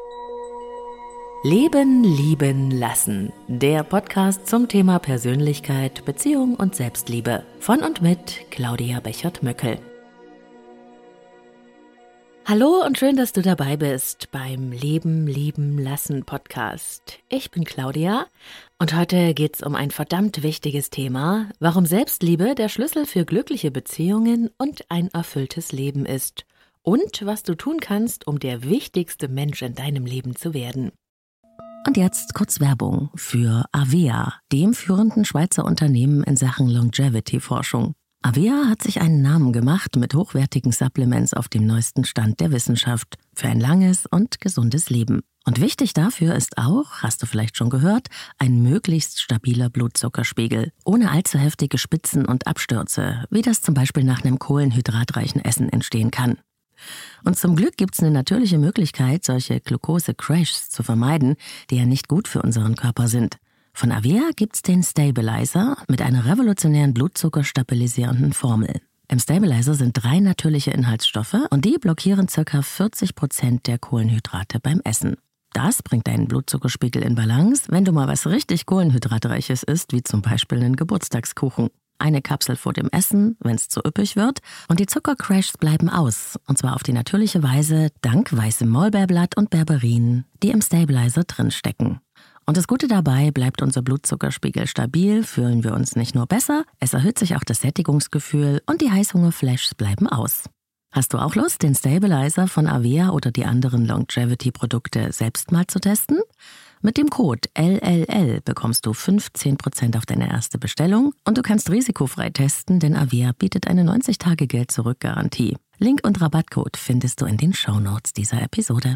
Leben, lieben, lassen. Der Podcast zum Thema Persönlichkeit, Beziehung und Selbstliebe. Von und mit Claudia Bechert-Möckel. Hallo und schön, dass du dabei bist beim Leben, lieben, lassen Podcast. Ich bin Claudia und heute geht's um ein verdammt wichtiges Thema, warum Selbstliebe der Schlüssel für glückliche Beziehungen und ein erfülltes Leben ist. Und was du tun kannst, um der wichtigste Mensch in deinem Leben zu werden. Und jetzt kurz Werbung für Avea, dem führenden Schweizer Unternehmen in Sachen Longevity-Forschung. Avea hat sich einen Namen gemacht mit hochwertigen Supplements auf dem neuesten Stand der Wissenschaft für ein langes und gesundes Leben. Und wichtig dafür ist auch, hast du vielleicht schon gehört, ein möglichst stabiler Blutzuckerspiegel, ohne allzu heftige Spitzen und Abstürze, wie das zum Beispiel nach einem kohlenhydratreichen Essen entstehen kann. Und zum Glück gibt es eine natürliche Möglichkeit, solche Glucose-Crashs zu vermeiden, die ja nicht gut für unseren Körper sind. Von Avea gibt's den Stabilizer mit einer revolutionären blutzuckerstabilisierenden Formel. Im Stabilizer sind 3 natürliche Inhaltsstoffe und die blockieren ca. 40% der Kohlenhydrate beim Essen. Das bringt deinen Blutzuckerspiegel in Balance, wenn du mal was richtig Kohlenhydratreiches isst, wie zum Beispiel einen Geburtstagskuchen. Eine Kapsel vor dem Essen, wenn es zu üppig wird, und die Zuckercrashs bleiben aus, und zwar auf die natürliche Weise dank weißem Maulbeerblatt und Berberin, die im Stabilizer drinstecken. Und das Gute dabei, bleibt unser Blutzuckerspiegel stabil, fühlen wir uns nicht nur besser, es erhöht sich auch das Sättigungsgefühl und die Heißhungerflashs bleiben aus. Hast du auch Lust, den Stabilizer von Avea oder die anderen Longevity-Produkte selbst mal zu testen? Mit dem Code LLL bekommst du 15% auf deine erste Bestellung und du kannst risikofrei testen, denn Avea bietet eine 90-Tage-Geld-Zurück-Garantie. Link und Rabattcode findest du in den Shownotes dieser Episode.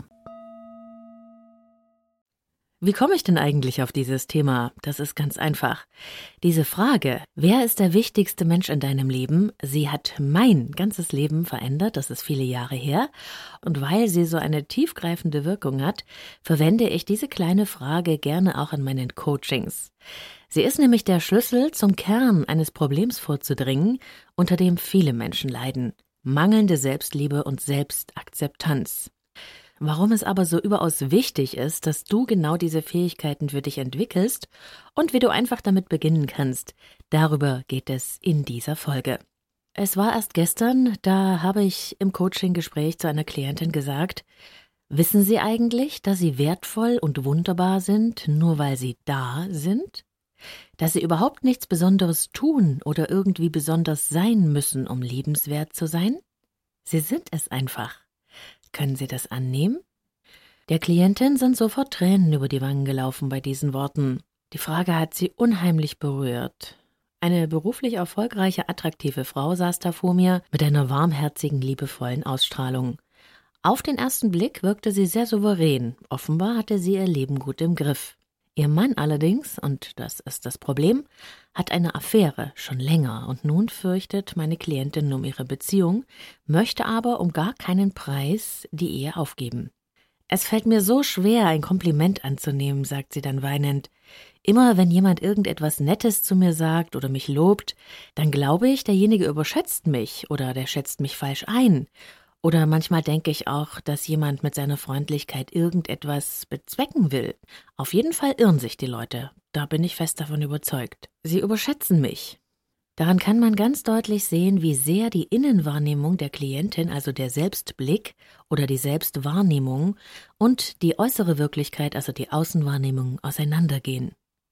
Wie komme ich denn eigentlich auf dieses Thema? Das ist ganz einfach. Diese Frage, wer ist der wichtigste Mensch in deinem Leben? Sie hat mein ganzes Leben verändert, das ist viele Jahre her. Und weil sie so eine tiefgreifende Wirkung hat, verwende ich diese kleine Frage gerne auch in meinen Coachings. Sie ist nämlich der Schlüssel, zum Kern eines Problems vorzudringen, unter dem viele Menschen leiden. Mangelnde Selbstliebe und Selbstakzeptanz. Warum es aber so überaus wichtig ist, dass du genau diese Fähigkeiten für dich entwickelst und wie du einfach damit beginnen kannst, darüber geht es in dieser Folge. Es war erst gestern, da habe ich im Coaching-Gespräch zu einer Klientin gesagt, wissen Sie eigentlich, dass Sie wertvoll und wunderbar sind, nur weil Sie da sind? Dass Sie überhaupt nichts Besonderes tun oder irgendwie besonders sein müssen, um liebenswert zu sein? Sie sind es einfach. Können Sie das annehmen? Der Klientin sind sofort Tränen über die Wangen gelaufen bei diesen Worten. Die Frage hat sie unheimlich berührt. Eine beruflich erfolgreiche, attraktive Frau saß da vor mir mit einer warmherzigen, liebevollen Ausstrahlung. Auf den ersten Blick wirkte sie sehr souverän. Offenbar hatte sie ihr Leben gut im Griff. Ihr Mann allerdings, und das ist das Problem, hat eine Affäre schon länger und nun fürchtet meine Klientin um ihre Beziehung, möchte aber um gar keinen Preis die Ehe aufgeben. Es fällt mir so schwer, ein Kompliment anzunehmen, sagt sie dann weinend. Immer wenn jemand irgendetwas Nettes zu mir sagt oder mich lobt, dann glaube ich, derjenige überschätzt mich oder der schätzt mich falsch ein. Oder manchmal denke ich auch, dass jemand mit seiner Freundlichkeit irgendetwas bezwecken will. Auf jeden Fall irren sich die Leute. Da bin ich fest davon überzeugt. Sie überschätzen mich. Daran kann man ganz deutlich sehen, wie sehr die Innenwahrnehmung der Klientin, also der Selbstblick oder die Selbstwahrnehmung und die äußere Wirklichkeit, also die Außenwahrnehmung, auseinandergehen.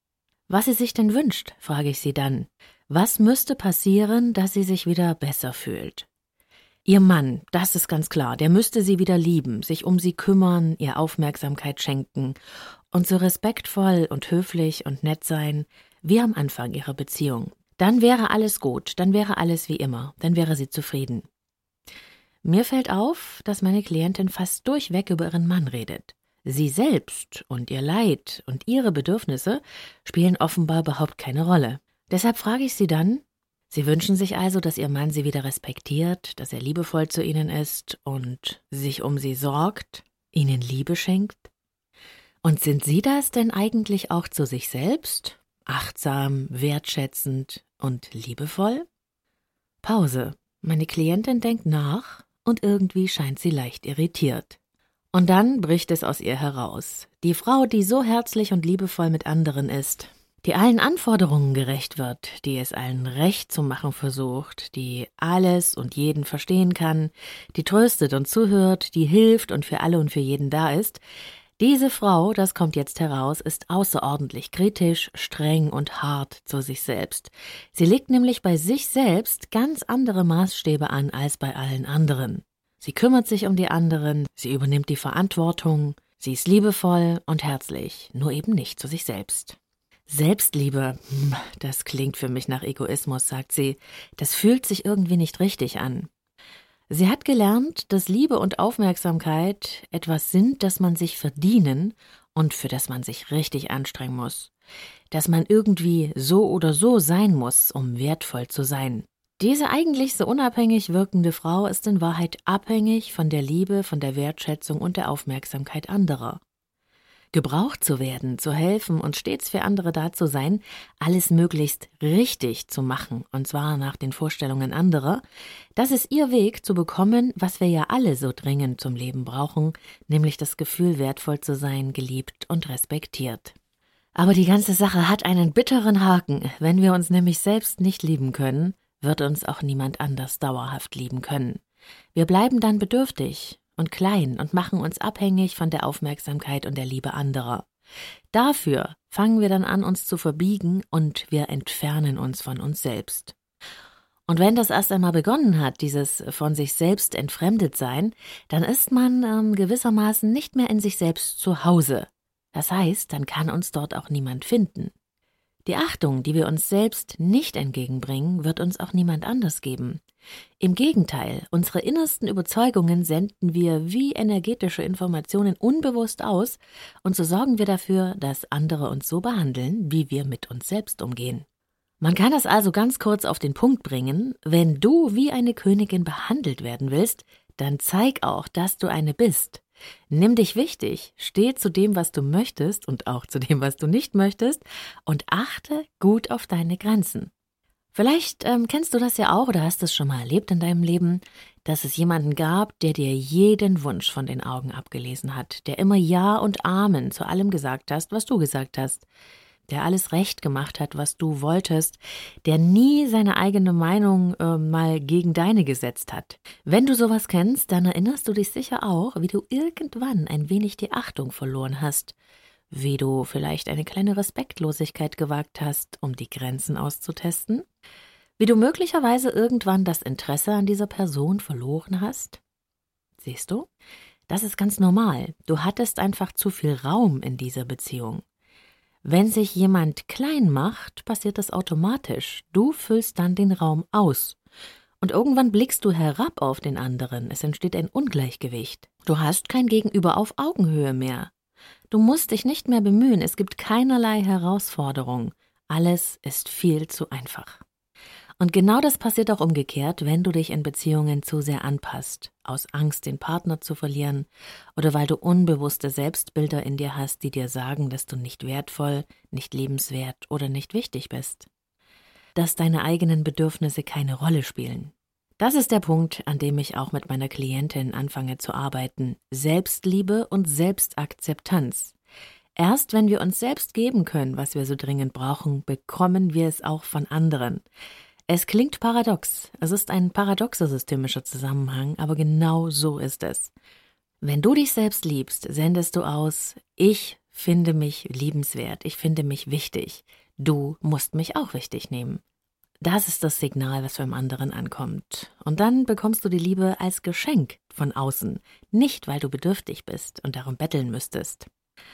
Was sie sich denn wünscht, frage ich sie dann. Was müsste passieren, dass sie sich wieder besser fühlt? Ihr Mann, das ist ganz klar, der müsste sie wieder lieben, sich um sie kümmern, ihr Aufmerksamkeit schenken und so respektvoll und höflich und nett sein, wie am Anfang ihrer Beziehung. Dann wäre alles gut, dann wäre alles wie immer, dann wäre sie zufrieden. Mir fällt auf, dass meine Klientin fast durchweg über ihren Mann redet. Sie selbst und ihr Leid und ihre Bedürfnisse spielen offenbar überhaupt keine Rolle. Deshalb frage ich sie dann, Sie wünschen sich also, dass Ihr Mann Sie wieder respektiert, dass er liebevoll zu Ihnen ist und sich um Sie sorgt, Ihnen Liebe schenkt? Und sind Sie das denn eigentlich auch zu sich selbst? Achtsam, wertschätzend und liebevoll? Pause. Meine Klientin denkt nach und irgendwie scheint sie leicht irritiert. Und dann bricht es aus ihr heraus. Die Frau, die so herzlich und liebevoll mit anderen ist, die allen Anforderungen gerecht wird, die es allen recht zu machen versucht, die alles und jeden verstehen kann, die tröstet und zuhört, die hilft und für alle und für jeden da ist. Diese Frau, das kommt jetzt heraus, ist außerordentlich kritisch, streng und hart zu sich selbst. Sie legt nämlich bei sich selbst ganz andere Maßstäbe an als bei allen anderen. Sie kümmert sich um die anderen, sie übernimmt die Verantwortung, sie ist liebevoll und herzlich, nur eben nicht zu sich selbst. Selbstliebe, das klingt für mich nach Egoismus, sagt sie. Das fühlt sich irgendwie nicht richtig an. Sie hat gelernt, dass Liebe und Aufmerksamkeit etwas sind, das man sich verdienen und für das man sich richtig anstrengen muss. Dass man irgendwie so oder so sein muss, um wertvoll zu sein. Diese eigentlich so unabhängig wirkende Frau ist in Wahrheit abhängig von der Liebe, von der Wertschätzung und der Aufmerksamkeit anderer. Gebraucht zu werden, zu helfen und stets für andere da zu sein, alles möglichst richtig zu machen, und zwar nach den Vorstellungen anderer, das ist ihr Weg zu bekommen, was wir ja alle so dringend zum Leben brauchen, nämlich das Gefühl, wertvoll zu sein, geliebt und respektiert. Aber die ganze Sache hat einen bitteren Haken. Wenn wir uns nämlich selbst nicht lieben können, wird uns auch niemand anders dauerhaft lieben können. Wir bleiben dann bedürftig und klein und machen uns abhängig von der Aufmerksamkeit und der Liebe anderer. Dafür fangen wir dann an, uns zu verbiegen und wir entfernen uns von uns selbst. Und wenn das erst einmal begonnen hat, dieses von sich selbst entfremdet sein, dann ist man gewissermaßen nicht mehr in sich selbst zu Hause. Das heißt, dann kann uns dort auch niemand finden. Die Achtung, die wir uns selbst nicht entgegenbringen, wird uns auch niemand anders geben. Im Gegenteil, unsere innersten Überzeugungen senden wir wie energetische Informationen unbewusst aus und so sorgen wir dafür, dass andere uns so behandeln, wie wir mit uns selbst umgehen. Man kann das also ganz kurz auf den Punkt bringen: Wenn du wie eine Königin behandelt werden willst, dann zeig auch, dass du eine bist. Nimm dich wichtig, steh zu dem, was du möchtest und auch zu dem, was du nicht möchtest und achte gut auf deine Grenzen. Vielleicht kennst du das ja auch oder hast es schon mal erlebt in deinem Leben, dass es jemanden gab, der dir jeden Wunsch von den Augen abgelesen hat, der immer Ja und Amen zu allem gesagt hast, was du gesagt hast, der alles recht gemacht hat, was du wolltest, der nie seine eigene Meinung mal gegen deine gesetzt hat. Wenn du sowas kennst, dann erinnerst du dich sicher auch, wie du irgendwann ein wenig die Achtung verloren hast, wie du vielleicht eine kleine Respektlosigkeit gewagt hast, um die Grenzen auszutesten, wie du möglicherweise irgendwann das Interesse an dieser Person verloren hast. Siehst du? Das ist ganz normal. Du hattest einfach zu viel Raum in dieser Beziehung. Wenn sich jemand klein macht, passiert das automatisch. Du füllst dann den Raum aus. Und irgendwann blickst du herab auf den anderen. Es entsteht ein Ungleichgewicht. Du hast kein Gegenüber auf Augenhöhe mehr. Du musst dich nicht mehr bemühen. Es gibt keinerlei Herausforderung. Alles ist viel zu einfach. Und genau das passiert auch umgekehrt, wenn du dich in Beziehungen zu sehr anpasst, aus Angst, den Partner zu verlieren oder weil du unbewusste Selbstbilder in dir hast, die dir sagen, dass du nicht wertvoll, nicht liebenswert oder nicht wichtig bist. Dass deine eigenen Bedürfnisse keine Rolle spielen. Das ist der Punkt, an dem ich auch mit meiner Klientin anfange zu arbeiten. Selbstliebe und Selbstakzeptanz. Erst wenn wir uns selbst geben können, was wir so dringend brauchen, bekommen wir es auch von anderen. Es klingt paradox, es ist ein paradoxer systemischer Zusammenhang, aber genau so ist es. Wenn du dich selbst liebst, sendest du aus: Ich finde mich liebenswert, ich finde mich wichtig, du musst mich auch wichtig nehmen. Das ist das Signal, was beim anderen ankommt. Und dann bekommst du die Liebe als Geschenk von außen, nicht weil du bedürftig bist und darum betteln müsstest.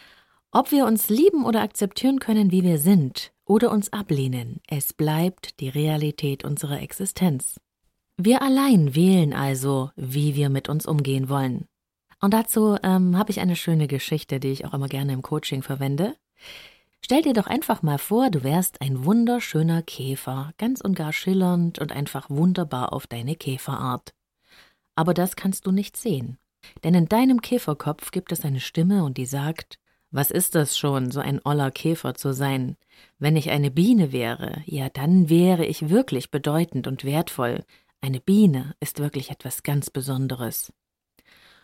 Ob wir uns lieben oder akzeptieren können, wie wir sind, oder uns ablehnen, es bleibt die Realität unserer Existenz. Wir allein wählen also, wie wir mit uns umgehen wollen. Und dazu habe ich eine schöne Geschichte, die ich auch immer gerne im Coaching verwende. Stell dir doch einfach mal vor, du wärst ein wunderschöner Käfer, ganz und gar schillernd und einfach wunderbar auf deine Käferart. Aber das kannst du nicht sehen, denn in deinem Käferkopf gibt es eine Stimme und die sagt: Was ist das schon, so ein oller Käfer zu sein? Wenn ich eine Biene wäre, ja, dann wäre ich wirklich bedeutend und wertvoll. Eine Biene ist wirklich etwas ganz Besonderes.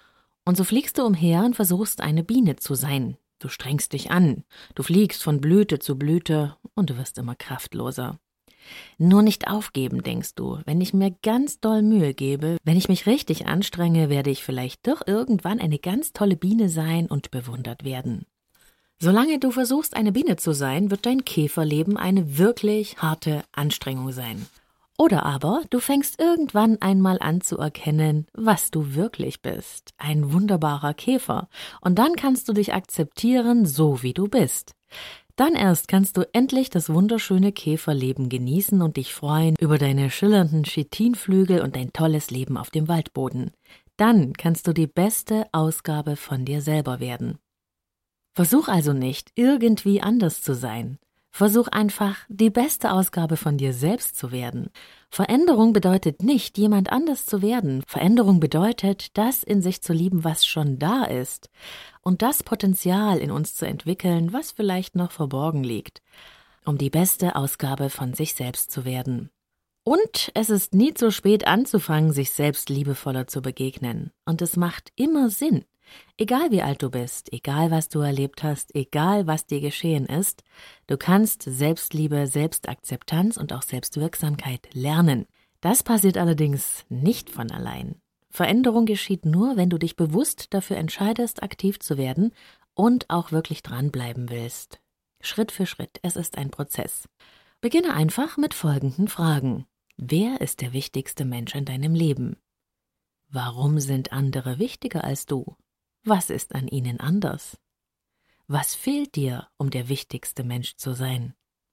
Und so fliegst du umher und versuchst, eine Biene zu sein. Du strengst dich an, du fliegst von Blüte zu Blüte und du wirst immer kraftloser. Nur nicht aufgeben, denkst du. Wenn ich mir ganz doll Mühe gebe, wenn ich mich richtig anstrenge, werde ich vielleicht doch irgendwann eine ganz tolle Biene sein und bewundert werden. Solange du versuchst, eine Biene zu sein, wird dein Käferleben eine wirklich harte Anstrengung sein. Oder aber du fängst irgendwann einmal an zu erkennen, was du wirklich bist. Ein wunderbarer Käfer. Und dann kannst du dich akzeptieren, so wie du bist. Dann erst kannst du endlich das wunderschöne Käferleben genießen und dich freuen über deine schillernden Chitinflügel und dein tolles Leben auf dem Waldboden. Dann kannst du die beste Ausgabe von dir selber werden. Versuch also nicht, irgendwie anders zu sein. Versuch einfach, die beste Ausgabe von dir selbst zu werden. Veränderung bedeutet nicht, jemand anders zu werden. Veränderung bedeutet, das in sich zu lieben, was schon da ist. Und das Potenzial in uns zu entwickeln, was vielleicht noch verborgen liegt, um die beste Ausgabe von sich selbst zu werden. Und es ist nie zu spät anzufangen, sich selbst liebevoller zu begegnen. Und es macht immer Sinn. Egal wie alt du bist, egal was du erlebt hast, egal was dir geschehen ist, du kannst Selbstliebe, Selbstakzeptanz und auch Selbstwirksamkeit lernen. Das passiert allerdings nicht von allein. Veränderung geschieht nur, wenn du dich bewusst dafür entscheidest, aktiv zu werden und auch wirklich dranbleiben willst. Schritt für Schritt, es ist ein Prozess. Beginne einfach mit folgenden Fragen. Wer ist der wichtigste Mensch in deinem Leben? Warum sind andere wichtiger als du? Was ist an ihnen anders? Was fehlt dir, um der wichtigste Mensch zu sein?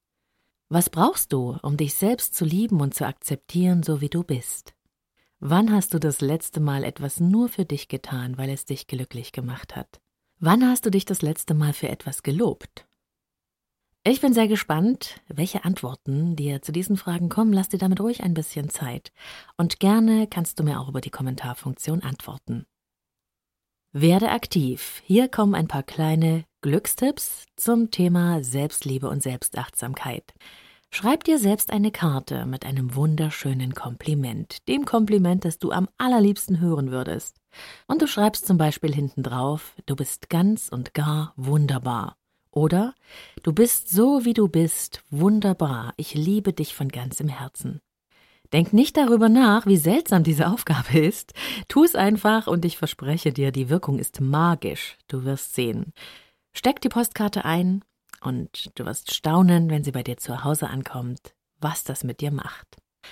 Was brauchst du, um dich selbst zu lieben und zu akzeptieren, so wie du bist? Wann hast du das letzte Mal etwas nur für dich getan, weil es dich glücklich gemacht hat? Wann hast du dich das letzte Mal für etwas gelobt? Ich bin sehr gespannt, welche Antworten dir zu diesen Fragen kommen. Lass dir damit ruhig ein bisschen Zeit. Und gerne kannst du mir auch über die Kommentarfunktion antworten. Werde aktiv. Hier kommen ein paar kleine Glückstipps zum Thema Selbstliebe und Selbstachtsamkeit. Schreib dir selbst eine Karte mit einem wunderschönen Kompliment, dem Kompliment, das du am allerliebsten hören würdest. Und du schreibst zum Beispiel hinten drauf, du bist ganz und gar wunderbar. Oder, du bist so, wie du bist, wunderbar, ich liebe dich von ganzem Herzen. Denk nicht darüber nach, wie seltsam diese Aufgabe ist. Tu es einfach und ich verspreche dir, die Wirkung ist magisch. Du wirst sehen. Steck die Postkarte ein und du wirst staunen, wenn sie bei dir zu Hause ankommt, was das mit dir macht.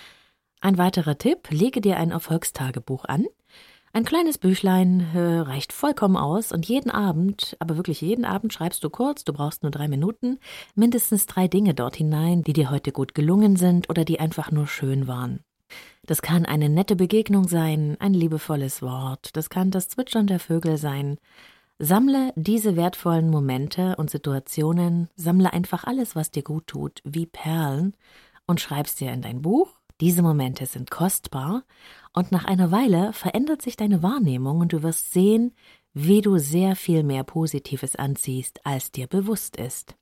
Ein weiterer Tipp, lege dir ein Erfolgstagebuch an. Ein kleines Büchlein reicht vollkommen aus und jeden Abend, aber wirklich jeden Abend schreibst du kurz, du brauchst nur 3 Minuten, mindestens 3 Dinge dort hinein, die dir heute gut gelungen sind oder die einfach nur schön waren. Das kann eine nette Begegnung sein, ein liebevolles Wort, das kann das Zwitschern der Vögel sein. Sammle diese wertvollen Momente und Situationen, sammle einfach alles, was dir gut tut, wie Perlen und schreib's dir in dein Buch. Diese Momente sind kostbar und nach einer Weile verändert sich deine Wahrnehmung und du wirst sehen, wie du sehr viel mehr Positives anziehst, als dir bewusst ist.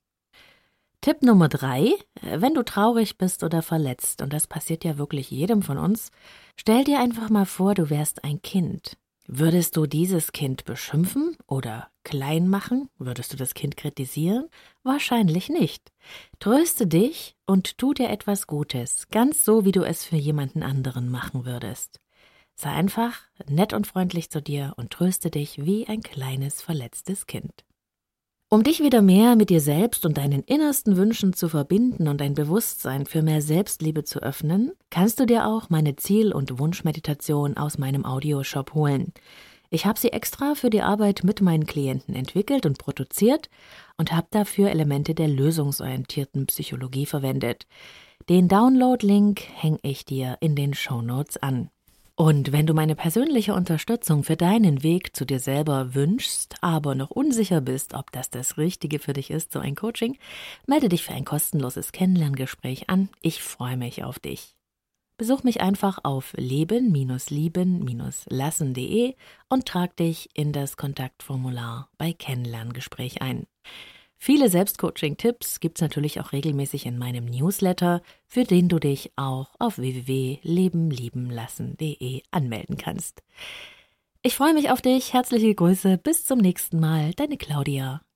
Tipp Nummer 3, wenn du traurig bist oder verletzt, und das passiert ja wirklich jedem von uns, stell dir einfach mal vor, du wärst ein Kind. Würdest du dieses Kind beschimpfen oder klein machen? Würdest du das Kind kritisieren? Wahrscheinlich nicht. Tröste dich und tu dir etwas Gutes, ganz so, wie du es für jemanden anderen machen würdest. Sei einfach nett und freundlich zu dir und tröste dich wie ein kleines, verletztes Kind. Um dich wieder mehr mit dir selbst und deinen innersten Wünschen zu verbinden und dein Bewusstsein für mehr Selbstliebe zu öffnen, kannst du dir auch meine Ziel- und Wunschmeditation aus meinem Audioshop holen. Ich habe sie extra für die Arbeit mit meinen Klienten entwickelt und produziert und habe dafür Elemente der lösungsorientierten Psychologie verwendet. Den Download-Link hänge ich dir in den Shownotes an. Und wenn du meine persönliche Unterstützung für deinen Weg zu dir selber wünschst, aber noch unsicher bist, ob das Richtige für dich ist, so ein Coaching, melde dich für ein kostenloses Kennenlerngespräch an. Ich freue mich auf dich. Besuch mich einfach auf leben-lieben-lassen.de und trag dich in das Kontaktformular bei Kennenlerngespräch ein. Viele Selbstcoaching-Tipps gibt's natürlich auch regelmäßig in meinem Newsletter, für den du dich auch auf www.lebenliebenlassen.de anmelden kannst. Ich freue mich auf dich. Herzliche Grüße. Bis zum nächsten Mal. Deine Claudia.